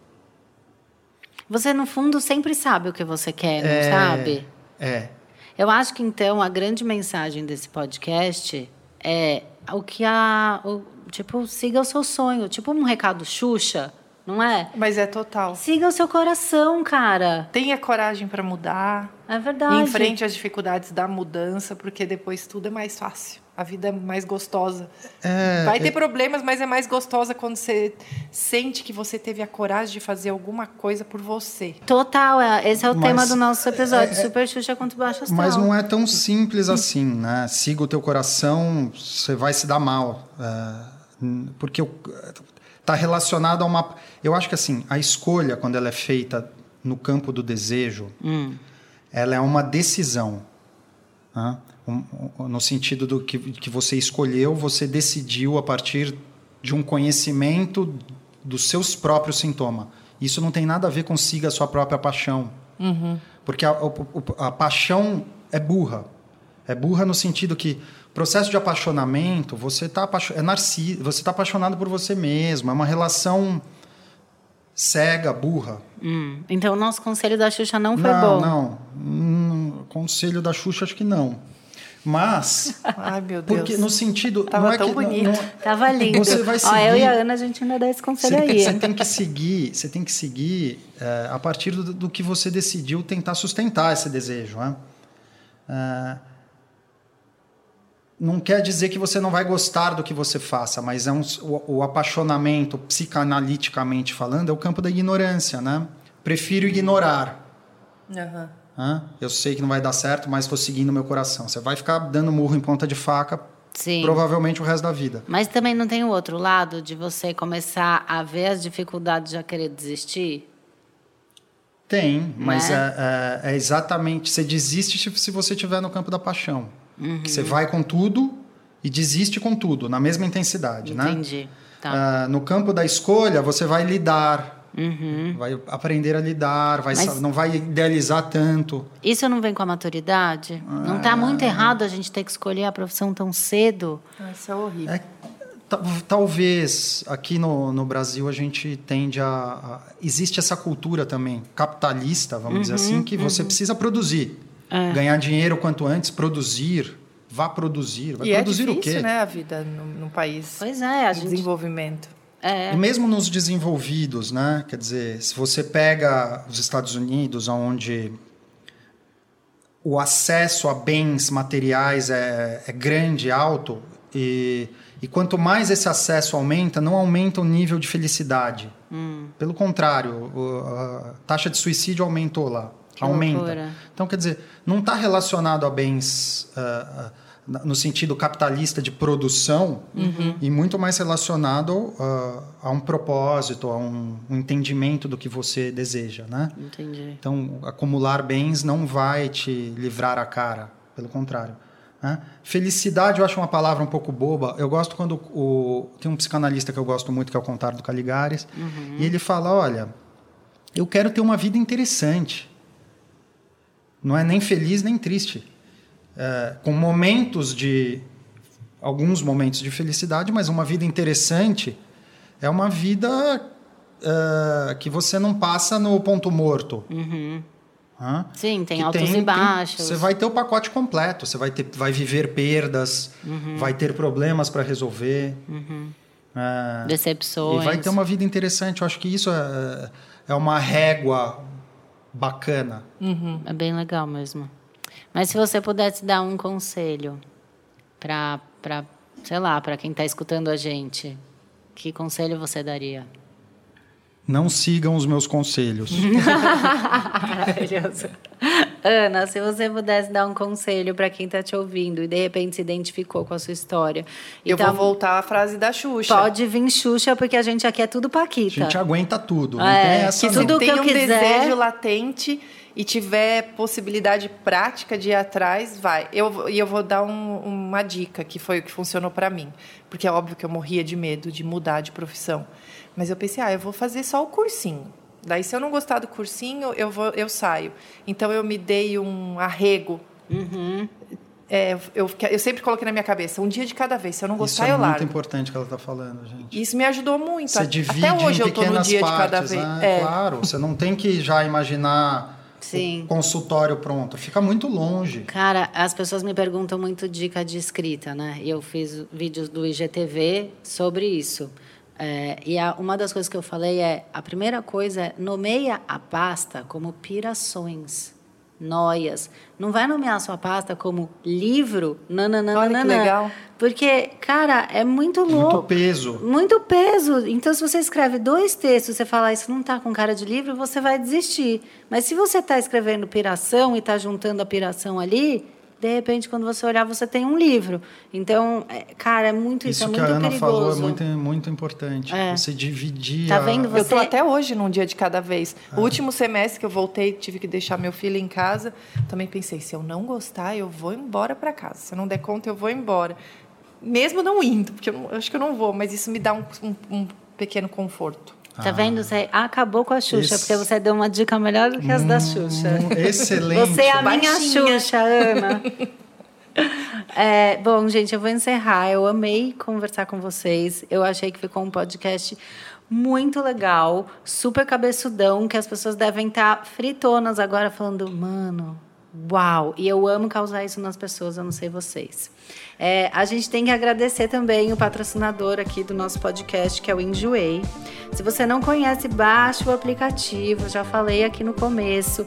Você, no fundo, sempre sabe o que você quer, não sabe? Eu acho que, então, a grande mensagem desse podcast é tipo, siga o seu sonho. Tipo um recado Xuxa, não é? Mas é total. Siga o seu coração, cara. Tenha coragem para mudar. É verdade. Enfrente as dificuldades da mudança, porque depois tudo é mais fácil. A vida é mais gostosa. Vai ter problemas, mas é mais gostosa quando você sente que você teve a coragem de fazer alguma coisa por você. Total, esse é o tema do nosso episódio, Super Xuxa contra o Baixo Astral. Mas não é tão simples assim, né? Siga o teu coração, você vai se dar mal. Porque está relacionado a uma... Eu acho que assim, a escolha, quando ela é feita no campo do desejo, ela é uma decisão. Né? No sentido do que você escolheu, você decidiu a partir de um conhecimento dos seus próprios sintomas. Isso não tem nada a ver com siga a sua própria paixão. Porque a paixão é burra. É burra no sentido que o processo de apaixonamento, você está apaixonado por você mesmo. É uma relação cega, burra. Então o nosso conselho da Xuxa não foi bom. Não. Conselho da Xuxa, acho que não. Mas... Ai, meu Deus. Porque no sentido... Tava não é tão que, bonito. Tava lindo. Você vai seguir... Eu e a Ana, a gente ainda dá esse conselho aí. Você tem que seguir a partir do que você decidiu tentar sustentar esse desejo. Né? Não quer dizer que você não vai gostar do que você faça, mas o apaixonamento, psicanaliticamente falando, é o campo da ignorância. Né? Prefiro ignorar. Eu sei que não vai dar certo, mas estou seguindo meu coração. Você vai ficar dando murro em ponta de faca, sim, provavelmente o resto da vida. Mas também não tem o outro lado de você começar a ver as dificuldades e já querer desistir? Tem, mas é exatamente... Você desiste se você estiver no campo da paixão. Que você vai com tudo e desiste com tudo, na mesma intensidade. Entendi. Né? Tá. No campo da escolha, você vai lidar. Vai aprender a lidar, não vai idealizar tanto. Isso não vem com a maturidade? Não está muito errado a gente ter que escolher a profissão tão cedo? Isso é horrível. Talvez aqui no Brasil a gente tende existe essa cultura também capitalista, vamos dizer assim, que você precisa produzir. Ganhar dinheiro quanto antes, produzir. Vá produzir. Vai produzir o quê? É difícil, né, a vida num país de desenvolvimento. E mesmo nos desenvolvidos, né? Quer dizer, se você pega os Estados Unidos, onde o acesso a bens materiais é grande, alto, e quanto mais esse acesso aumenta, não aumenta o nível de felicidade. Pelo contrário, a taxa de suicídio aumentou lá. Aumenta. Loucura. Então, quer dizer, não está relacionado a bens... no sentido capitalista de produção, e muito mais relacionado a um propósito, a um entendimento do que você deseja, né? Entendi. Então, acumular bens não vai te livrar a cara, pelo contrário. Né? Felicidade, eu acho uma palavra um pouco boba. Eu gosto quando tem um psicanalista que eu gosto muito, que é o Contardo Caligares, e ele fala, olha, eu quero ter uma vida interessante. Não é nem feliz, nem triste. Com alguns momentos de felicidade, mas uma vida interessante é uma vida que você não passa no ponto morto. Sim, tem altos e baixos. Você vai ter o pacote completo, você vai viver perdas, vai ter problemas para resolver. Decepções. E vai ter uma vida interessante. Eu acho que isso é uma régua bacana. É bem legal mesmo. Mas se você pudesse dar um conselho para quem está escutando a gente, que conselho você daria? Não sigam os meus conselhos. Maravilhoso. Ana, se você pudesse dar um conselho para quem está te ouvindo e de repente se identificou com a sua história. Eu vou voltar à frase da Xuxa. Pode vir Xuxa, porque a gente aqui é tudo paquita. A gente aguenta tudo. Não tem essa, que tudo que eu quiser, desejo latente e tiver possibilidade prática de ir atrás, vai. Eu vou dar um uma dica, que foi o que funcionou para mim. Porque é óbvio que eu morria de medo de mudar de profissão. Mas eu pensei, eu vou fazer só o cursinho. Daí, se eu não gostar do cursinho, eu saio. Então, eu me dei um arrego. Uhum. Eu sempre coloquei na minha cabeça, um dia de cada vez. Se eu não gostar, eu largo. Isso é muito importante que ela está falando, gente. Isso me ajudou muito. Você divide até hoje em eu estou no dia partes, de cada vez. Claro, você não tem que já imaginar o consultório pronto. Fica muito longe. Cara, as pessoas me perguntam muito dica de escrita, né? E eu fiz vídeos do IGTV sobre isso. Uma das coisas que eu falei a primeira coisa é nomeia a pasta como pirações, noias. Não vai nomear a sua pasta como livro, Olha que legal. Porque, cara, é muito louco. Muito peso. Muito peso. Então, se você escreve 2 textos, você fala, isso não está com cara de livro, você vai desistir. Mas se você está escrevendo piração e está juntando a piração ali, de repente, quando você olhar, você tem um livro. Então, cara, é muito isso é muito que a Ana perigoso. falou é muito, muito importante. Você dividir. Tá vendo? Eu estou até hoje num dia de cada vez. O último semestre que eu voltei, tive que deixar meu filho em casa. Também pensei, se eu não gostar, eu vou embora para casa. Se eu não der conta, eu vou embora. Mesmo não indo, porque eu acho que eu não vou, mas isso me dá um pequeno conforto. Tá vendo? Você acabou com a Xuxa, porque você deu uma dica melhor do que as da Xuxa. Excelente. Você é a minha Xuxa, Ana. Bom, gente, eu vou encerrar. Eu amei conversar com vocês. Eu achei que ficou um podcast muito legal, super cabeçudão, que as pessoas devem estar fritonas agora falando, mano, uau! E eu amo causar isso nas pessoas, eu não sei vocês. A gente tem que agradecer também o patrocinador aqui do nosso podcast, que é o Enjoei. Se você não conhece, baixe o aplicativo, já falei aqui no começo.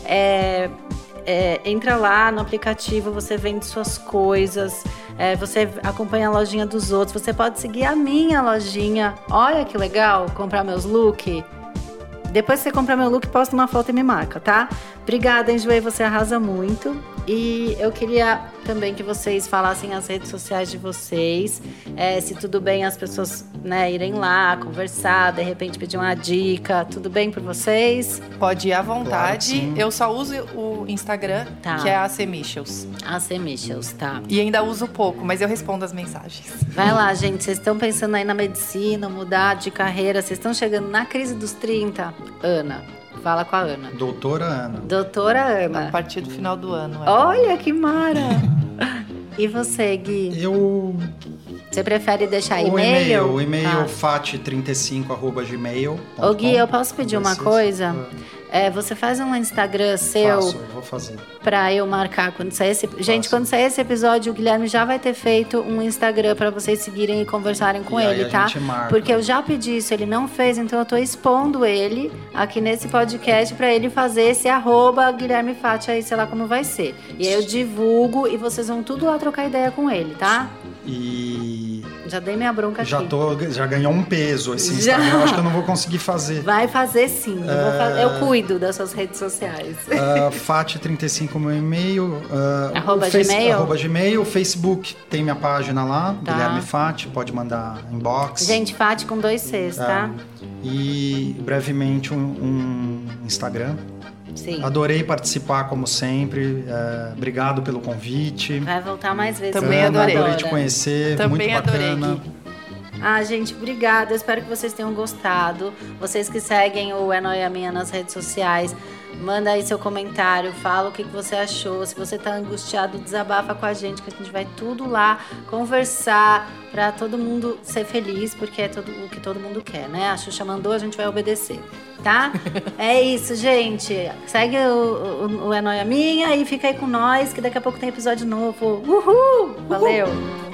Entra lá no aplicativo, você vende suas coisas, você acompanha a lojinha dos outros, você pode seguir a minha lojinha. Olha que legal, comprar meus looks. Depois que você comprar meu look, posta uma foto e me marca, tá? Obrigada, Enjoei, você arrasa muito. E eu queria também que vocês falassem as redes sociais de vocês. Se tudo bem as pessoas irem lá, conversar, de repente pedir uma dica. Tudo bem por vocês? Pode ir à vontade. Claro, eu só uso o Instagram, que é AC Michels. AC Michels, tá. E ainda uso pouco, mas eu respondo as mensagens. Vai lá, gente. Vocês estão pensando aí na medicina, mudar de carreira. Vocês estão chegando na crise dos 30. Ana, fala com a Ana. Doutora Ana. Doutora Ana. A partir do final do ano. Olha que mara! E você, Gui? Você prefere deixar e-mail? O e-mail fat35@gmail.com. Ô, Gui, eu posso pedir uma coisa? Você faz um Instagram seu. Vou fazer. Pra eu marcar quando sair esse... Gente, quando sair esse episódio, o Guilherme já vai ter feito um Instagram pra vocês seguirem e conversarem com ele, aí tá? A gente marca. Porque eu já pedi isso, ele não fez, então eu tô expondo ele aqui nesse podcast pra ele fazer esse @Guilherme Fati aí, sei lá como vai ser. E aí eu divulgo e vocês vão tudo lá trocar ideia com ele, tá? E já dei minha bronca aqui. Já ganhou um peso esse Instagram. Eu acho que eu não vou conseguir fazer. Vai fazer sim. Eu cuido das suas redes sociais. Fat35 meu e-mail. @Gmail. Facebook tem minha página lá. Tá. Guilherme Fati. Pode mandar inbox. Gente, Fati com 2 Cs, tá? E brevemente um Instagram. Sim. Adorei participar, como sempre. Obrigado pelo convite. Vai voltar mais vezes. Também adorei te conhecer. Também muito bacana. Adorei, Gui. Gente, obrigada. Eu espero que vocês tenham gostado. Vocês que seguem o É Nóia Minha nas redes sociais, manda aí seu comentário, fala o que você achou. Se você tá angustiado, desabafa com a gente, que a gente vai tudo lá conversar pra todo mundo ser feliz, porque é o que todo mundo quer, né? A Xuxa mandou, a gente vai obedecer, tá? É isso, gente. Segue o É Nóia Minha e fica aí com nós, que daqui a pouco tem episódio novo. Uhul! Valeu!